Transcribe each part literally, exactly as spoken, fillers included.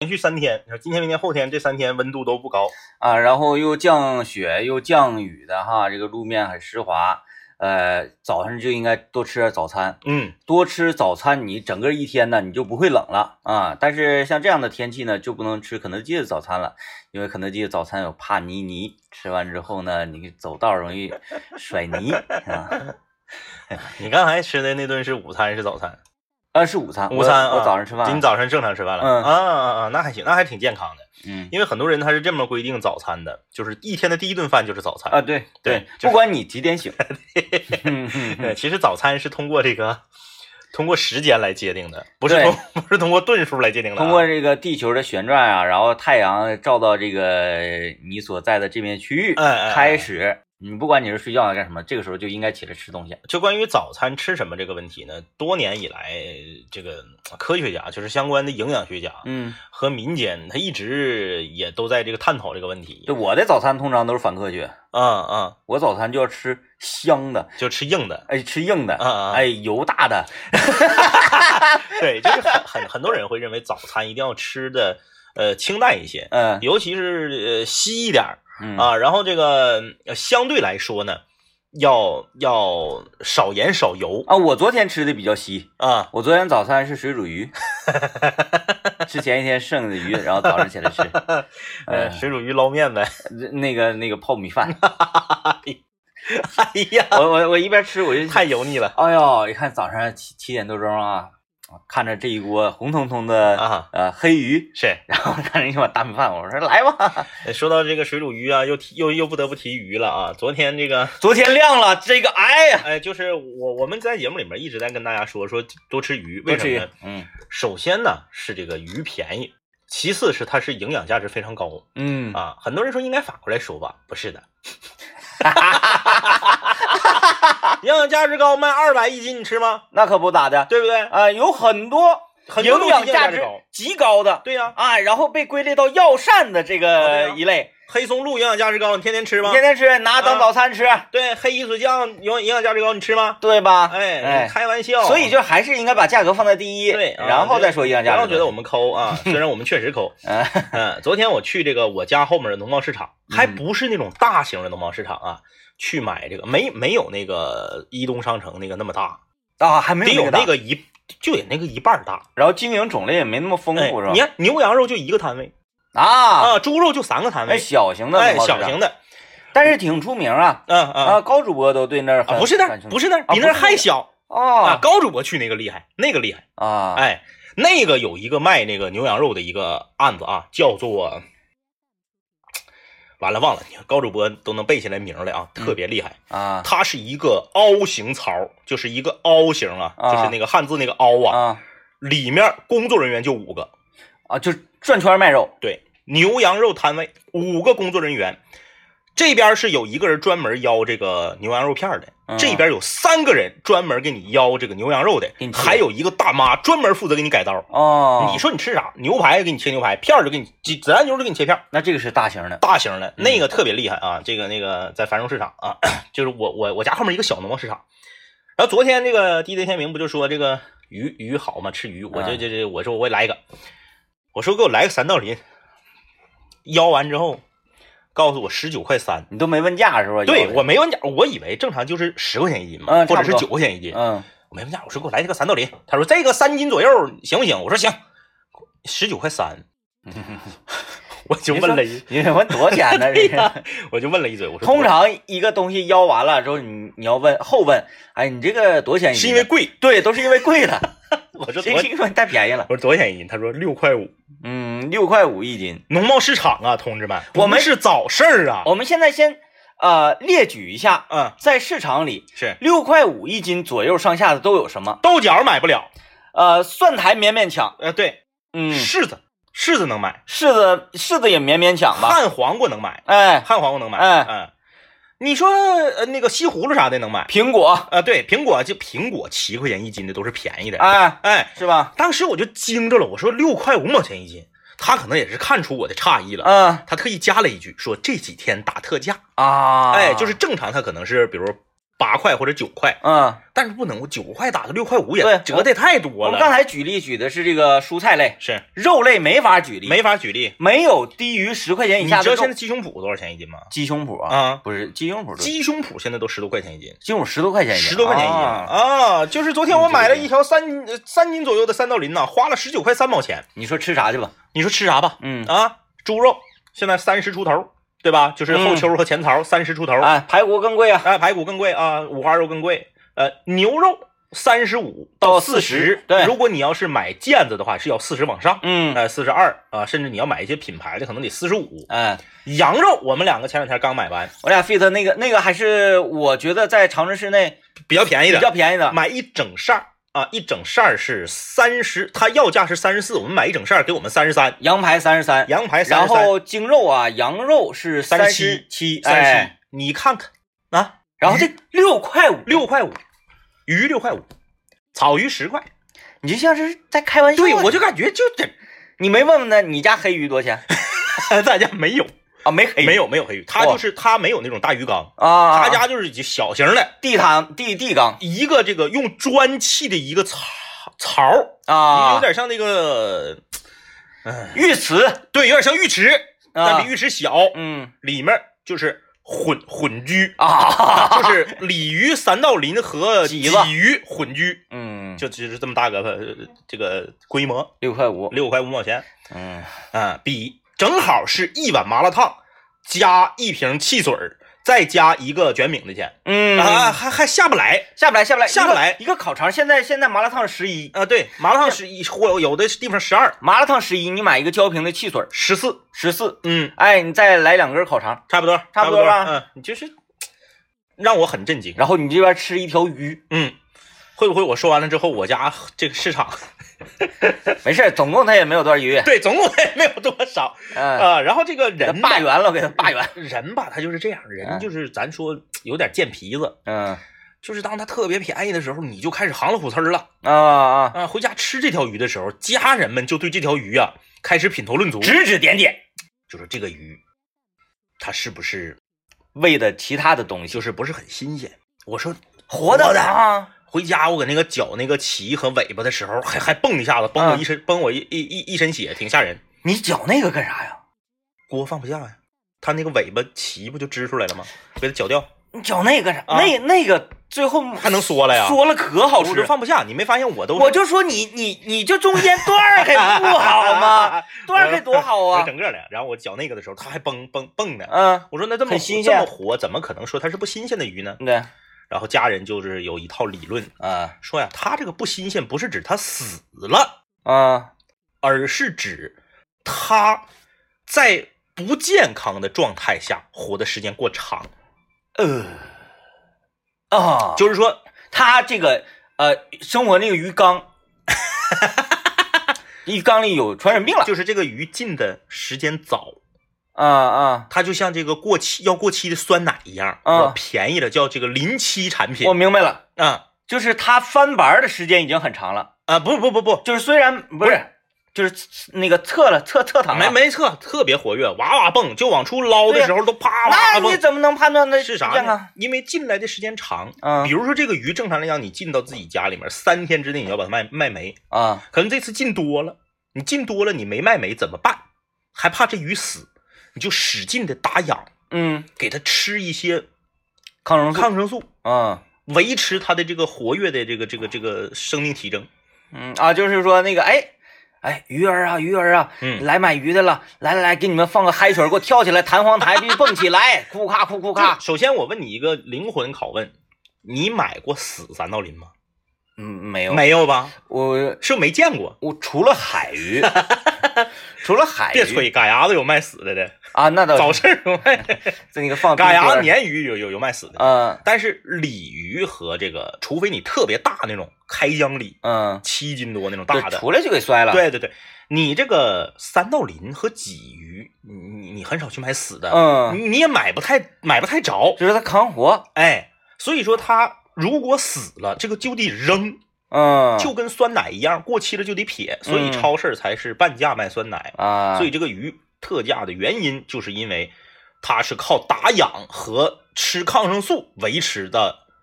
连续三天，今天、明天、后天这三天温度都不高啊，然后又降雪又降雨的哈，这个路面很湿滑。呃，早上就应该多吃点早餐， 嗯， 多吃早餐，你整个一天呢，你就不会冷了啊。但是像这样的天气呢，就不能吃肯德基的早餐了，因为肯德基的早餐有帕尼尼，吃完之后呢，你走道容易甩泥啊。 你刚才吃的那顿是午餐是早餐？ 啊，是午餐， 午餐我，我早上吃饭。 今早上正常吃饭了， 嗯啊啊啊，那还行，那还挺健康的。 嗯， 因为很多人他是这么规定早餐的，就是一天的第一顿饭就是早餐啊，对对， 不管你几点醒。 对，其实早餐是通过这个通过时间来界定的，不是通不是通过顿数来界定的、啊。 通过这个地球的旋转啊，然后太阳照到这个你所在的这片区域， 哎哎哎开始。你不管你是睡觉还是干什么，这个时候就应该起来吃东西。 就关于早餐吃什么这个问题呢，多年以来，这个科学家就是相关的营养学家， 嗯， 和民间他一直也都在这个探讨这个问题。 对，我的早餐通常都是反科学。 啊啊、嗯， 我早餐就要吃香的， 就吃硬的， 哎，吃硬的， 啊啊， 哎，油大的。 对，就是很很很多人会认为早餐一定要吃的呃清淡一些， 嗯， 尤其是呃稀一点。 嗯啊，然后这个相对来说呢，要要少盐少油啊。我昨天吃的比较稀啊， 我昨天早餐是水煮鱼，吃前一天剩的鱼，然后早上起来吃。 呃，水煮鱼捞面呗， 那个那个泡米饭。 哎呀， 我我我一边吃我就太油腻了。 哎呦，一看早上七七点多钟啊。看着这一锅红彤彤的啊呃黑鱼是， 然后看着一碗大米饭，我说来吧。 说到这个水煮鱼啊，又提又又不得不提鱼了啊。昨天这个昨天亮了这个哎呀， 哎，就是我我们在节目里面一直在跟大家说说多吃鱼，为什么呢？ 嗯， 首先呢是这个鱼便宜，其次是它是营养价值非常高。 嗯啊，很多人说应该反过来说吧，不是的。营养价值高，卖二百一斤，你吃吗？ 那可不咋的， 对不对？ 啊、呃，有很多很多营养价值极高的， 对呀、 啊，啊，然后被归类到药膳的这个一类。 啊啊、黑松露营养价值高，你天天吃吗？ 天天吃，拿当早餐吃。 啊、对，黑伊索酱营营养价值高，你吃吗？ 对吧？ 哎哎，开玩笑。 所以就还是应该把价格放在第一， 对， 然后再说营养价值。 不要觉得我们抠啊，虽然我们确实抠。嗯嗯，昨天我去这个我家后面的农贸市场，还不是那种大型的农贸市场啊。去买这个没没有那个伊东商城那个那么大啊，还没有那个一就得那个一半大， 然后经营种类也没那么丰富， 哎、 是吧？ 你看牛羊肉就一个摊位啊啊，猪肉就三个摊位， 哎，小型的， 哎，小型的， 但是挺出名啊， 嗯嗯啊，高主播都对那儿、 啊、不是那儿，不是那儿，比那儿还小哦、 啊，高主播去那个厉害，那个厉害啊， 哎，那个有一个卖那个牛羊肉的一个案子啊，叫做。完了忘了，高主播都能背下来名来啊，特别厉害、 嗯、啊！ 它是一个凹形槽，就是一个凹形啊，啊就是那个汉字那个凹啊， 啊里面工作人员就五个啊，就转圈卖肉。 对，牛羊肉摊位五个工作人员，这边是有一个人专门腰这个牛羊肉片的、嗯，这边有三个人专门给你腰这个牛羊肉的，还有一个大妈专门负责给你改刀。 哦， 你说你吃啥？牛排给你切牛排，片就给你孜然牛就给你切片。 那这个是大型的， 大型的那个特别厉害啊！这个那个在繁荣市场啊，就是我我我家后面一个小农贸市场。然后昨天这个 D J 天明不就说这个鱼鱼好吗？吃鱼，我就这这我说我来一个，我说给我来个三道鳞，腰完之后。告诉我十九块三， 你都没问价是吧？ 对，我没问价，我以为正常就是十块钱一斤嘛， 嗯， 或者是九块钱一斤。 嗯， 我没问价，我说给我来这个三道鳞，他说这个三斤左右行不行？我说行，十九块三，我就问了一， 你问多少钱呢？这个我就问了一嘴，我说通常一个东西腰完了之后，你你要问后问，哎，你这个多少钱一斤？ 是因为贵， 对，都是因为贵的。 我说谁听说你太便宜了？ 我说多少钱一斤？他说六块五。 嗯，六块五一斤。 农贸市场啊，同志们， 我们是早市儿啊。 我们现在先呃列举一下， 嗯， 在市场里是六块五一斤左右上下的都有什么？ 豆角买不了， 呃，蒜苔勉勉强， 呃，对， 嗯， 柿子，柿子能买， 柿子柿子也勉勉强吧， 旱黄瓜能买， 哎， 旱黄瓜能买， 哎， 嗯。你说呃那个西葫芦啥的能买， 苹果啊、呃、对，苹果就苹果七块钱一斤的都是便宜的， 哎哎是吧？ 当时我就惊着了，我说六块五毛钱一斤，他可能也是看出我的诧异了， 嗯， 他特意加了一句说这几天打特价啊， 哎，就是正常他可能是比如八块或者九块， 嗯， 但是不能九块打到六块五也对折的也太多了。 我们刚才举例举的是这个蔬菜类， 是肉类没法举例， 没法举例。 没有低于十块钱以你下的肉。 知道现在鸡胸脯多少钱一斤吗？ 鸡胸脯啊， 啊， 不是鸡胸脯， 鸡胸脯现在都十多块钱一斤， 鸡胸脯十多块钱一斤， 十多块钱一斤啊。 啊！就是昨天我买了一条三呃三斤左右的三道鳞呐，花了十九块三毛钱。 你说吃啥去吧？ 你说吃啥吧？ 嗯啊，猪肉现在三十出头，对吧？就是后丘和前槽三十出头。 哎，排骨更贵啊， 哎，排骨更贵啊，五花肉更贵。呃，牛肉三十五到四十， 对如果你要是买腱子的话，是要四十往上。 嗯， 呃，四十二啊，甚至你要买一些品牌的，可能得四十五。 哎， 羊肉我们两个前两天刚买完， 我俩 fit 那个那个还是我觉得在长春市内比较便宜的， 比较便宜的， 买一整扇儿啊，一整扇儿是三十，它要价是三十四，我们买一整扇儿给我们三十三， 羊排三十三， 羊排三然十三， 后精肉啊，羊肉是三十七七， 三三十七哎， 你看看啊， 然后这六块五， 六块五，鱼六块五，草鱼十块， 你就像是在开玩笑。 对，我就感觉就这， 你没问问他，你家黑鱼多少钱咱家没有啊？没黑鱼， 没有没有黑鱼，他就是他没有那种大鱼缸啊， 他家就是小型的地塘地地缸， 一个这个用砖砌的一个槽槽啊， 有点像那个，嗯， 浴池， 对，有点像浴池，但啊比浴池小， 嗯里面就是混混居啊， 就是鲤鱼、三道鳞和鲫子鲫鱼混居， 嗯， 就就是这么大个呃这个规模， 六块五， 六块五毛钱， 嗯啊，比正好是一碗麻辣烫加一瓶汽水儿，再加一个卷饼的钱， 嗯啊，还还下不来， 下不来下不来下不来一个，一个烤肠现在现在麻辣烫十一啊，对，麻辣烫是一或有的地方十二， 麻辣烫十一，你买一个胶瓶的汽水十四， 十四， 嗯， 哎，你再来两根烤肠， 差不多， 差不多吧嗯，你就是让我很震惊， 然后你这边吃一条鱼， 嗯，会不会我说完了之后，我家这个市场， 没事，总共他也没有多少鱼， 对，总共也没有多少嗯， 啊。然后这个给他人罢圆了，给他罢圆， 人吧，他就是这样，人嗯就是咱说有点贱皮子， 嗯就是当他特别便宜的时候，你就开始行了虎呲了啊啊， 啊。回家吃这条鱼的时候，家人们就对这条鱼啊开始品头论足， 指指点点， 就是这个鱼，它是不是喂的其他的东西， 就是不是很新鲜？我说活的啊， 回家我搁那个绞那个鳍和尾巴的时候，还还蹦一下子，崩我一身，崩我一一一一身血，挺吓人。 你绞那个干啥呀？ 锅放不下呀，它那个尾巴鳍不就支出来了吗？给它绞掉， 你绞那个干啥？ 啊那那个最后还能缩了呀？ 缩了可好我就吃， 放不下，你没发现我都我就说你你你就中间段儿开不好吗？段儿开多好啊！ 整个的。然后我绞那个的时候，它还蹦蹦蹦呢。 嗯， 我说那这么很新鲜这么活，怎么可能说它是不新鲜的鱼呢？ 对， 然后家人就是有一套理论， 啊说呀，它这个不新鲜不是指它死了， 啊而是指它在不健康的状态下活的时间过长。 呃啊， 就是说， 他这个呃生活那个鱼缸，鱼缸里有传染病了， 就是这个鱼进的时间早， 啊啊， 它就像这个过期要过期的酸奶一样， 啊我便宜的叫这个临期产品我明白了， 啊就是它翻白的时间已经很长了， 啊不不不不， 就是虽然不是，就是那个侧了侧侧躺了， 没没错，特别活跃，哇哇蹦，就往出捞的时候都啪那啪蹦。 你怎么能判断它是啥健康呢？因为进来的时间长， 嗯比如说这个鱼，正常来讲，你进到自己家里面，三天之内你要把它卖卖没， 啊可能这次进多了，你进多了你没卖没怎么办？还怕这鱼死，你就使劲的打氧， 嗯， 给它吃一些抗生素抗生素， 啊维持它的这个活跃的这个这个这个生命体征。 嗯啊，就是说那个哎。哎，鱼儿啊，鱼儿啊， 嗯来买鱼的了，来来来，给你们放个嗨水，给我跳起来，弹簧台必须蹦起来，哭咔哭哭咔就。首先我问你一个灵魂拷问，你买过死三道鳞吗？ 嗯，没有， 没有吧？ 我是不是没见过？ 我除了海鱼，除了海鱼， 别吹，嘎牙子有卖死的的， 啊，那倒早市有卖， 在那个放嘎牙子年， 鲶鱼有有有卖死的。 嗯但是鲤鱼和这个，除非你特别大那种开江鲤， 嗯， 七斤多那种大的， 对出来就给摔了，， 对对对，你这个三道鳞和鲫鱼，你你你很少去买死的， 嗯， 你你也买不太买不太着， 就是它扛活， 哎，所以说它如果死了，这个就得扔， 嗯， 就跟酸奶一样，过期了就得撇，所以嗯超市才是半价卖酸奶， 啊， 所以这个鱼特价的原因就是因为它是靠打氧和吃抗生素维持的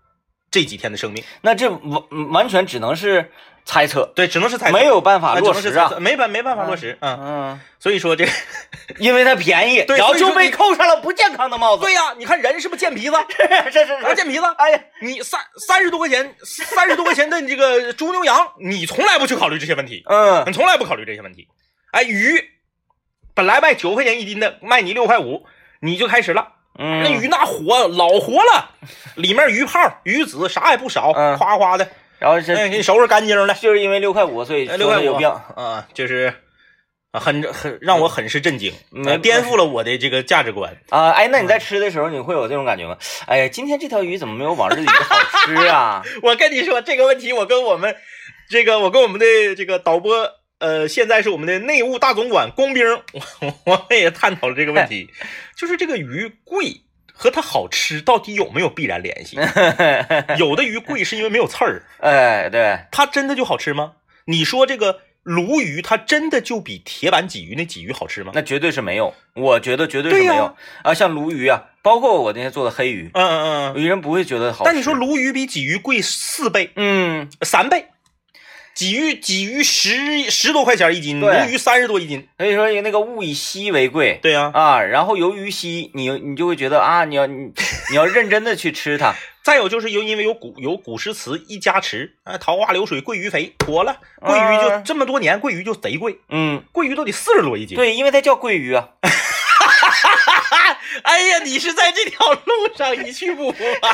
这几天的生命。 那这完完全只能是猜测， 对，只能是猜测， 没有办法落实啊， 没办没办法落实啊。嗯, 嗯，所以说这个， 因为它便宜，然后就被扣上了不健康的帽子。 对呀、啊，你看人是不是贱皮子？ 是是是， 贱皮子。 哎呀， 你三三十多块钱，三十多块钱的这个猪牛羊，你从来不去考虑这些问题。 嗯， 你从来不考虑这些问题。哎，鱼本来卖九块钱一斤的，卖你六块五，你就开始了。 嗯， 那鱼那活老活了，里面鱼泡、鱼籽啥也不少， 嗯、 夸夸的。 然后是哎，给你收拾干净了， 就是因为六块五，所以六块五有病啊，就是啊，很很让我很是震惊，呃、颠覆了我的这个价值观啊、呃！哎，那你在吃的时候，你会有这种感觉吗？哎呀，今天这条鱼怎么没有往日的鱼好吃啊？ 我跟你说这个问题，我跟我们这个，我跟我们的这个导播，呃，现在是我们的内务大总管龚兵，我我们也探讨了这个问题，就是这个鱼贵和它好吃到底有没有必然联系？有的鱼贵是因为没有刺儿， 哎，对， 它真的就好吃吗？你说这个鲈鱼，它真的就比铁板鲫鱼那鲫鱼好吃吗？ 那绝对是没有，我觉得绝对是没有、啊、啊。像鲈鱼啊，包括我那天做的黑鱼， 嗯嗯嗯， 有人不会觉得好吃。 但你说鲈鱼比鲫鱼贵四倍， 嗯， 三倍。鲫鱼鲫鱼十十多块钱一斤，鲈鱼三十多一斤， 所以说那个物以稀为贵。 对呀、 啊，啊，然后由于稀，你你就会觉得啊，你要你你要认真的去吃它。 再有就是有因为有古有古诗词一加持，哎，桃花流水鳜鱼肥，火了，鳜鱼就、啊、这么多年，鳜鱼就贼贵， 嗯， 鳜鱼都得四十多一斤。 对，因为它叫鳜鱼啊。 哎呀，你是在这条路上一去不复返。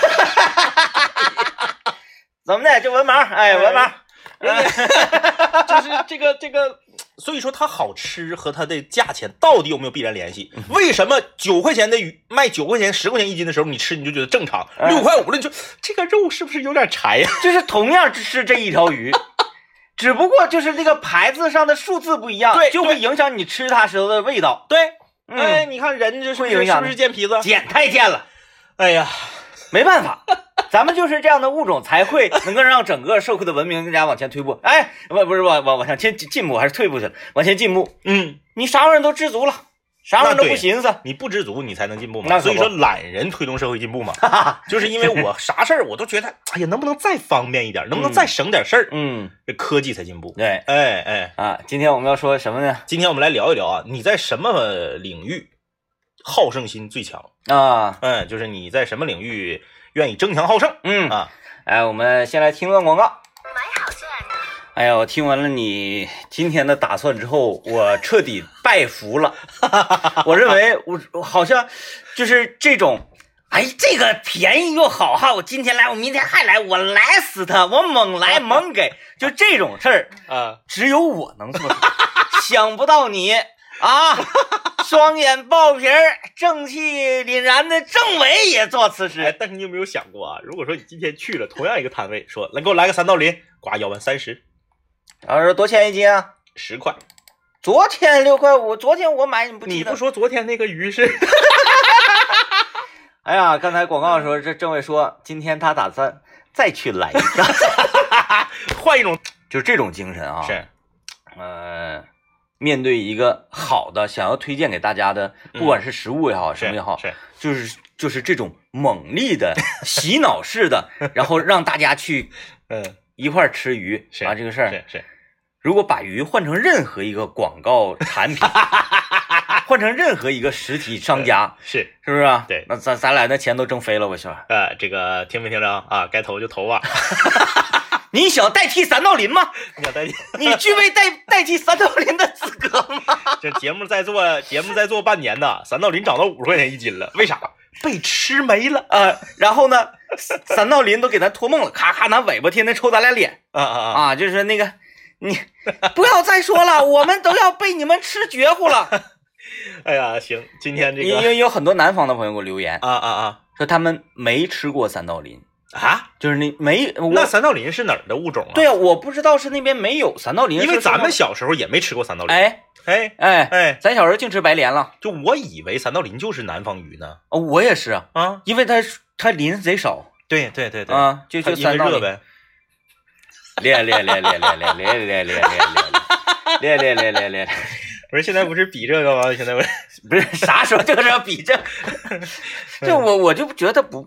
怎么的？这文盲，哎，文盲。 就是这个这个，所以说它好吃和它的价钱到底有没有必然联系？为什么九块钱的鱼卖九块钱、十块钱一斤的时候，你吃你就觉得正常，六块五了你就这个肉是不是有点柴呀、啊？ 就是同样是这一条鱼，只不过就是这个牌子上的数字不一样， 对， 就会影响你吃它时候的味道。 对， 嗯、 哎，你看人这是不是是不是贱皮子？ 贱太贱了！ 哎呀， 没办法。咱们就是这样的物种，才会能够让整个社会的文明更加往前推步。哎，不不是往往往前进步，还是退步去了？往前进步。 嗯， 你啥玩意儿都知足了，啥玩意儿都不寻思， 你不知足你才能进步嘛。 那所以说懒人推动社会进步嘛，就是因为我啥事儿我都觉得，哎呀，能不能再方便一点，能不能再省点事儿？ 嗯， 这科技才进步。 对， 哎哎啊，今天我们要说什么呢？ 今天我们来聊一聊啊，你在什么领域好胜心最强啊？ 嗯，就是你在什么领域愿意争强好胜？ 嗯啊， 哎，我们先来听段广告。买好算。哎呀，我听完了你今天的打算之后，我彻底拜服了。我认为我我好像就是这种，哎，这个便宜又好哈，我今天来，我明天还来，我来死他，我猛来猛给，就这种事儿啊， 只有我能做出。想不到你啊，双眼爆皮儿、正气凛然的政委也做此事。 哎，但是你有没有想过啊？如果说你今天去了同样一个摊位，说来给我来个三道鳞，呱要完三十， 然后说多钱一斤啊？ 十块。 昨天六块五，昨天我买你不记得？ 你不说昨天那个鱼是？ 哎呀，刚才广告的时候，这政委说今天他打算再去来一个， 换一种， 就是这种精神啊。 是， 呃。面对一个好的想要推荐给大家的，不管是食物也好、 嗯、 什么也好， 是就是就是这种猛力的洗脑式的，然后让大家去嗯一块吃鱼是啊这个事儿是是， 如果把鱼换成任何一个广告产品，换成任何一个实体商家， 是是不是啊？ 对， 那咱咱俩那钱都挣飞了，我说。 呃，这个听没听着啊？该投就投吧。 你想代替三道鳞吗？ 你想代替？ 你具备代代替三道鳞的资格吗？ 这节目在做，节目在做半年呢，三道鳞涨到五十块钱一斤了，为啥？被吃没了啊、呃！然后呢，三道鳞都给咱托梦了，咔咔拿尾巴天天抽咱俩脸啊啊啊！ 啊，就是那个你不要再说了，我们都要被你们吃绝乎了。 哎呀，行，今天这个因为有很多南方的朋友给我留言啊啊啊， 说他们没吃过三道鳞。 啊， 就是那没那三道鳞是哪儿的物种啊？ 对啊，我不知道是那边没有三道鳞， 因为咱们小时候也没吃过三道鳞。 哎哎哎哎， 咱小时候净吃白鲢了。 就我以为三道鳞就是南方鱼呢。 哦，我也是啊， 啊， 因为它它鳞贼少。 对对对对啊，就就三道鳞呗。 练练练练练练练练练练练练练练练。 不是现在不是比这个吗？现在不是不是啥时候就是要比这？就我我就觉得不。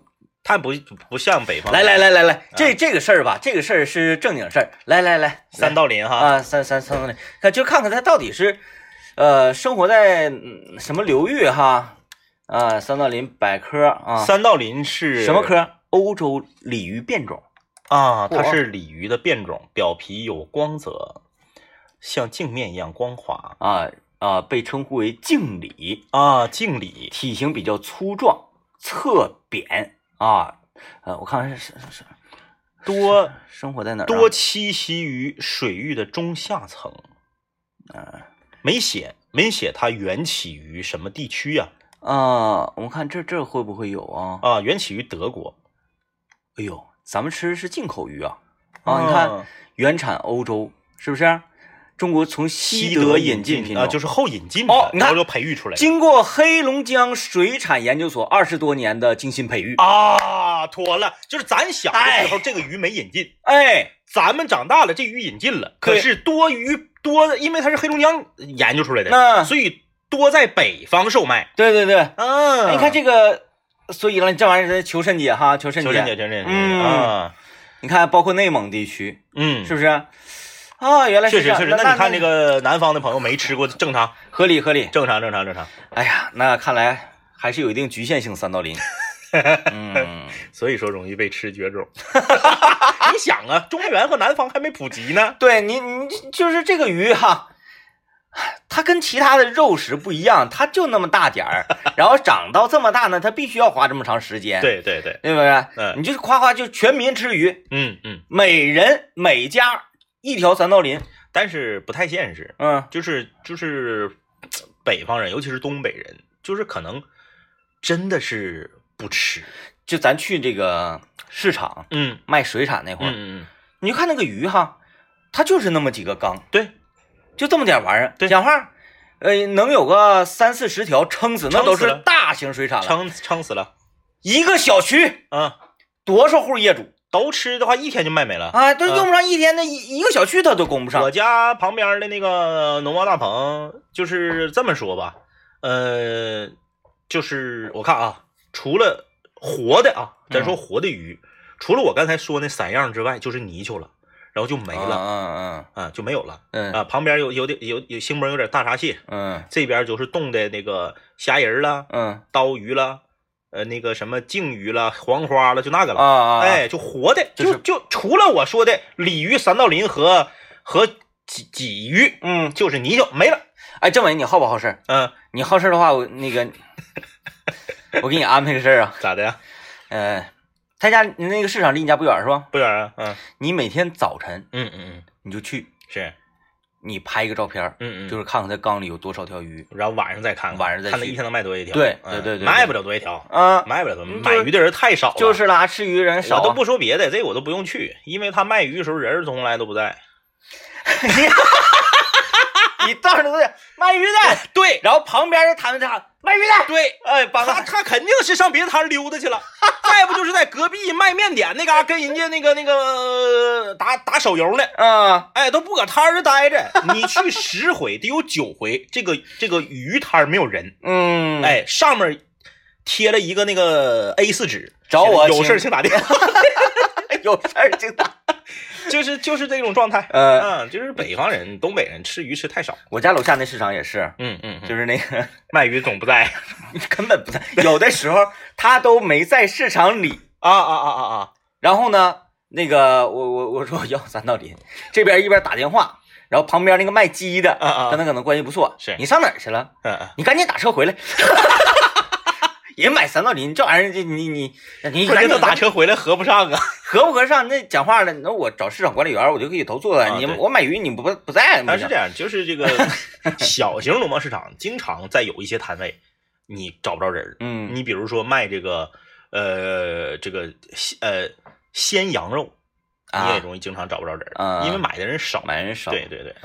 它不不像北方。 来来来来来，这这个事儿吧，这个事儿是正经事儿。来来来， 三道林哈啊，三三三道林，看就看看他到底是呃生活在、嗯、什么流域哈啊？三道林百科啊， 三道林是什么科？欧洲鲤鱼变种啊，它是鲤鱼的变种，表皮有光泽，像镜面一样光滑啊啊，被称呼为镜鲤啊，镜鲤， 体型比较粗壮，侧扁啊，呃，我看看是是是多生活在哪儿、啊？ 多栖息于水域的中下层，呃，没写没写它缘起于什么地区呀、 啊？啊，我们看这这会不会有啊？ 啊，缘起于德国。 哎呦，咱们吃的是进口鱼啊！啊，你看原产欧洲，是不是？中国从西德引进品种啊，就是后引进哦，你看然后就培育出来， 经过黑龙江水产研究所二十多年的精心培育啊，妥了。就是咱小的时候这个鱼没引进， 哎， 咱们长大了这鱼引进了，可是多鱼多，因为它是黑龙江研究出来的， 那所以多在北方售卖。 对对对， 嗯， 你看这个。所以了，这玩意儿求甚解哈，求甚解， 求甚解，求甚解， 嗯啊， 你看，包括内蒙地区， 嗯， 是不是？啊，原来是确实确实。 那你看这个南方的朋友没吃过，正常， 合理合理， 正常正常正常。 哎呀，那看来还是有一定局限性，三道鳞。嗯， 所以说容易被吃绝种。你想啊，中原和南方还没普及呢。 对你，你就是这个鱼哈。它跟其他的肉食不一样，它就那么大点儿，然后长到这么大呢，它必须要花这么长时间。 对对对， 对不对？ 嗯， 你就是夸夸就全民吃鱼， 嗯嗯， 每人每家一条三道鳞， 但是不太现实。 嗯， 就是就是北方人，尤其是东北人，就是可能真的是不吃。 就咱去这个市场， 嗯， 卖水产那会儿， 嗯嗯， 你就看那个鱼哈，它就是那么几个缸， 对。 就这么点玩意儿， 对， 讲话，呃，能有个三四十条，撑死那都是大型水产了， 撑撑死了。 一个小区， 啊， 多少户业主都吃的话，一天就卖没了啊，都用不上一天，那一一个小区他都供不上。 我家旁边的那个农贸大棚，就是这么说吧，呃，就是我看啊，除了活的啊，咱说活的鱼，嗯、除了我刚才说那三样之外，就是泥鳅了。然后就没了， 嗯嗯啊，就没有了， 嗯啊，旁边有有点有有兴门有点大闸蟹， 嗯， 这边就是冻的那个虾仁了， 嗯， 刀鱼了，呃，那个什么净鱼了，黄花了，就那个了， 啊啊， 哎，就活的， 就就除了我说的鲤鱼、三道鳞和和鲫鲫鱼， 嗯， 就是泥鳅没了。 哎，政委你好不好事？ 嗯， 你好事的话，我那个我给你安排个事儿啊， 咋的呀？ 呃。他家你那个市场离你家不远是吧？ 不远啊，嗯， 你每天早晨， 嗯嗯嗯， 你就去， 是， 你拍一个照片， 嗯嗯， 就是看看它缸里有多少条鱼， 然后晚上再看看， 晚上再看它一天能卖多少条， 对对对对， 卖不了多少条啊， 卖不了多，买鱼的人太少了， 就是啦，吃鱼人少， 我都不说别的，这我都不用去，因为他卖鱼的时候人从来都不在。 你到处都是卖鱼的， 对， 然后旁边的摊位上卖鱼的， 对， 哎，帮他他肯定是上别的摊溜达去了，再不就是在隔壁卖面点那嘎跟人家那个那个打打手游呢， 啊， 哎，都不搁摊上待着。你去十回得有九回，这个这个鱼摊没有人， 嗯， 哎，上面贴了一个那个 A 四 纸， 找我有事请打电话， 有事儿请打。 就是就是这种状态， 呃， 嗯，就是北方人、东北人吃鱼吃太少。 我家楼下那市场也是， 嗯嗯， 就是那个卖鱼总不在， 根本不在，有的时候他都没在市场里啊啊啊啊啊！ 然后呢，那个我我我说我要三道鳞，这边一边打电话，然后旁边那个卖鸡的， 啊啊， 跟他可能关系不错， 是你上哪儿去了？ 嗯嗯， 你赶紧打车回来。人买三道鳞这玩意儿，这你你你赶紧打车回来合不上啊， 合不合上？那讲话了，那我找市场管理员，我就可以投诉了。 啊、 你我买鱼你不不在？ 但是这样，就是这个小型农贸市场经常在有一些摊位你找不着人。 嗯， 你比如说卖这个呃这个呃鲜羊肉。你也容易经常找不着人， 啊、 因为买的人少， 买人少。 对对对啊，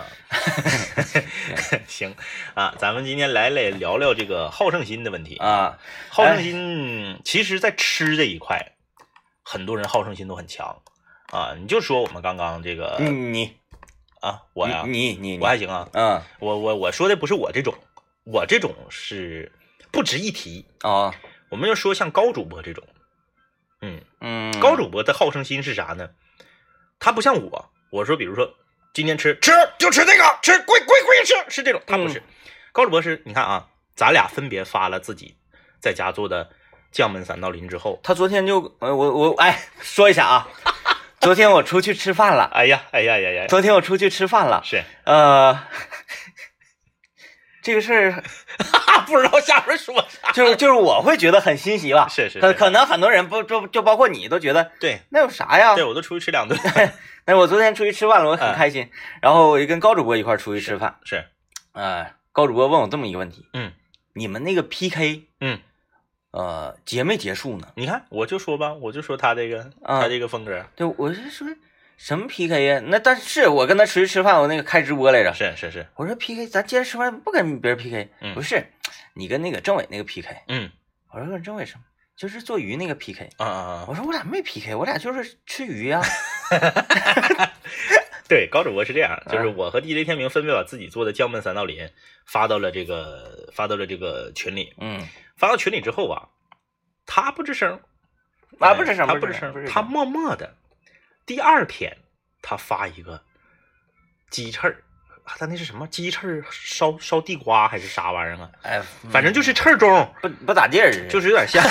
行啊，咱们今天来来聊聊这个好胜心的问题啊。 好胜心，哎、其实，在吃这一块，很多人好胜心都很强啊。你就说我们刚刚这个， 嗯、你啊，我呀， 你你我还行啊， 嗯， 我我我说的不是我这种，我这种是不值一提啊。 我们就说像高主播这种。 嗯嗯， 高主播的好胜心是啥呢？他不像我，我说比如说今天吃吃就吃这个，吃跪跪跪吃，是这种，他不是。嗯、高主播是，你看啊，咱俩分别发了自己在家做的酱焖三道鳞之后， 他昨天就呃我我哎说一下啊，昨天我出去吃饭了， 哎呀哎呀呀呀， 昨天我出去吃饭了， 是呃。这个事儿不知道下边说啥， 就是就是我会觉得很欣喜吧， 是是， 可可能很多人不就就包括你都觉得对， 那有啥呀？ 对我都出去吃两顿， 那我昨天出去吃饭了，我很开心，嗯、然后我就跟高主播一块出去吃饭， 是， 呃，高主播问我这么一个问题， 嗯， 你们那个 P K， 嗯， 呃，结没结束呢？ 你看，我就说吧，我就说他这个、嗯、他这个风格， 对，我是说。什么 P K 呀？那但是我跟他出去吃饭，我那个开直播来着。 是是是， 我说 P K， 咱接着吃饭不跟别人 P K。 嗯， 不是，你跟那个政委那个 P K。 嗯， 我说跟政委什么？就是做鱼那个 P K。 啊啊啊！ 我说我俩没 P K， 我俩就是吃鱼呀、 啊。对，高主播是这样，就是我和 D J 天明分别把自己做的酱焖三道鳞发到了这个发到了这个群里。 嗯， 发到群里之后啊，他不吱声， 啊不吱声， 他不吱声，他默默的。第二天。他发一个鸡翅儿，他那是什么鸡翅儿烧烧地瓜还是啥玩意儿啊？ 哎， 反正就是翅中， 不不咋地儿， 就是有点像，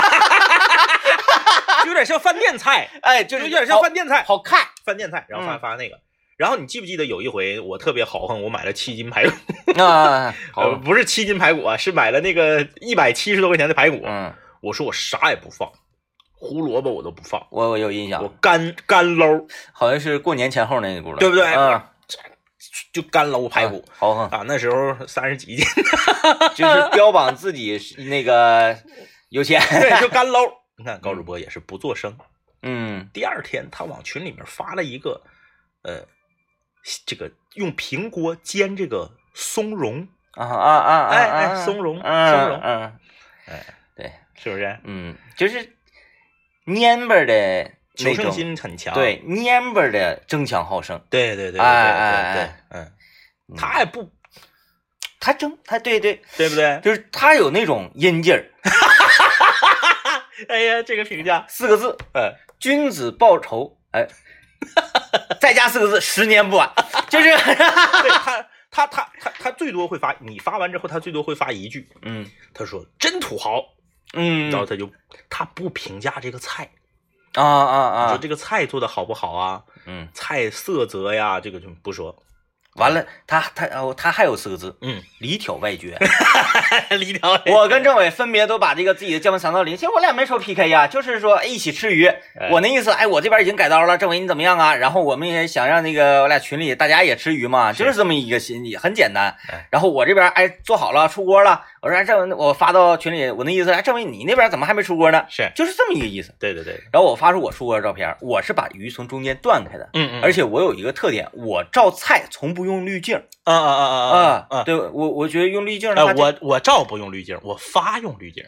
就有点像饭店菜， 哎，就是有点像饭店菜， 好看饭店菜。然后发发那个，嗯、然后你记不记得有一回我特别豪横，我买了七斤排骨啊， 呃，不是七斤排骨啊，是买了那个一百七十多块钱的排骨。 嗯， 我说我啥也不放。胡萝卜我都不放， 我我有印象， 我干干搂， 好像是过年前后那一股了， 对不对？ 嗯， 就干搂排骨， 好横啊！那时候三十几斤， 就是标榜自己那个有钱， 对，就干搂。你看高主播也是不做声， 嗯。 第二天他往群里面发了一个，呃，这个用平锅煎这个松茸啊啊啊！ 哎哎，松茸，松茸， 嗯， 哎， 对， 是不是？ 嗯，就是。蔫巴的求胜心很强， 对，蔫巴的争强好胜， 对对对对对对对，嗯，他也不， 他争，他对对对不对？ 就是他有那种阴劲儿。 哎呀，这个评价四个字， 呃， 君子报仇，哎，再加四个字，十年不晚，就是对他他他他他最多会发，你发完之后，他最多会发一句， 嗯， 他说真土豪。 嗯， 然后他就他不评价这个菜啊啊啊！ 你说这个菜做的好不好啊？ 嗯， 菜色泽呀，这个就不说。 完了，他他哦，他还有四个字， 嗯， 里挑外撅。 里挑外撅。 我跟政委分别都把这个自己的酱焖三道鳞，其实我俩没说 P K 呀，就是说一起吃鱼。 哎、 我那意思，哎，我这边已经改刀了，政委你怎么样啊？然后我们也想让那个我俩群里大家也吃鱼嘛，就是这么一个心理，很简单。然后我这边哎做好了出锅了，我说政委，我发到群里，我那意思，哎，政委你那边怎么还没出锅呢？ 是， 就是这么一个意思。 对对对。 然后我发出我出锅的照片，我是把鱼从中间断开的， 嗯嗯， 而且我有一个特点，我照菜从不用滤镜。 啊啊啊啊啊啊！ 对我，我觉得用滤镜的话，我我照不用滤镜，我发用滤镜。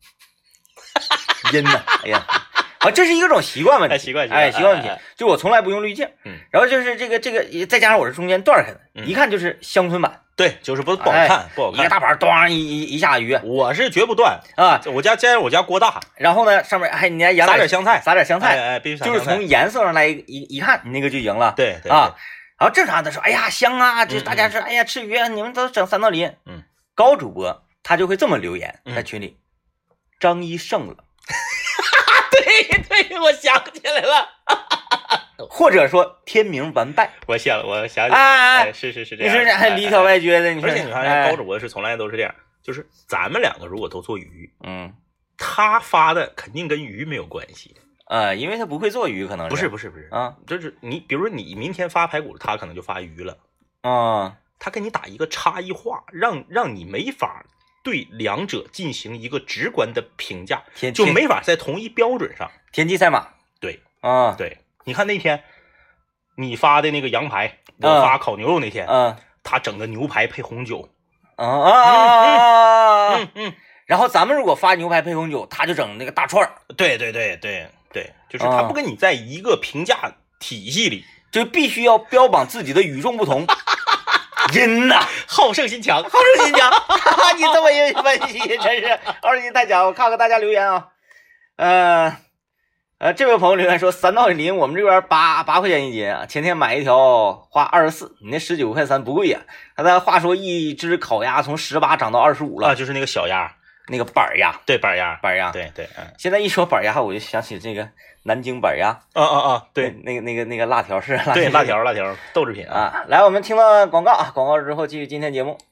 阴呐！哎呀，啊，这是一个种习惯问题， 习惯哎，习惯问题。就我从来不用滤镜， 嗯， 然后就是这个这个，再加上我是中间断开的，一看就是乡村版， 对，就是不不好看，不好看。 一个大盘，咣一一一下鱼， 我是绝不断啊！ 我家加上我家锅大， 然后呢，上面还你还撒点香菜， 撒点香菜， 哎，必须撒就是从颜色上来一一看，你那个就赢了， 对对啊。然后正常的说，哎呀香啊，这大家说，哎呀吃鱼啊，你们都整三道鳞。 嗯， 高主播他就会这么留言嗯在群里，张一胜了。 对对，我想起来了， 或者说天明完败。 我想了，我想起来， 哎，是是是这样。 你说还里挑外撅的，你说。 而且你看，高主播是从来都是这样，就是咱们两个如果都做鱼， 嗯， 他发的肯定跟鱼没有关系。 呃，因为他不会做鱼，可能是不是不是不是啊， 就是你，比如说你明天发排骨，他可能就发鱼了， 啊， 他给你打一个差异化，让让你没法对两者进行一个直观的评价，就没法在同一标准上。 田忌赛马， 对啊， 对，你看那天你发的那个羊排，我发烤牛肉那天， 嗯， 他整的牛排配红酒， 啊啊啊， 嗯嗯， 然后咱们如果发牛排配红酒，他就整那个大串儿， 对对对对。对，就是他不跟你在一个评价体系里， 就必须要标榜自己的与众不同。阴呐， 好胜心强， 好胜心强。你这么一分析，真是好胜心太强。我看看大家留言啊，呃， 呃，这位朋友留言说，三道林我们这边八八块钱一斤啊，前天买一条花二十四，你那十九块三不贵呀、啊。他的话说，一只烤鸭从十八涨到二十五了啊，就是那个小鸭， 那个板鸭， 对板鸭， 板鸭， 对对，嗯。 现在一说板鸭，我就想起这个南京板鸭， 啊啊啊，对， 那个那个那个辣条是辣条， 对辣条辣条豆制品啊。来，我们听到广告啊，广告之后继续今天节目。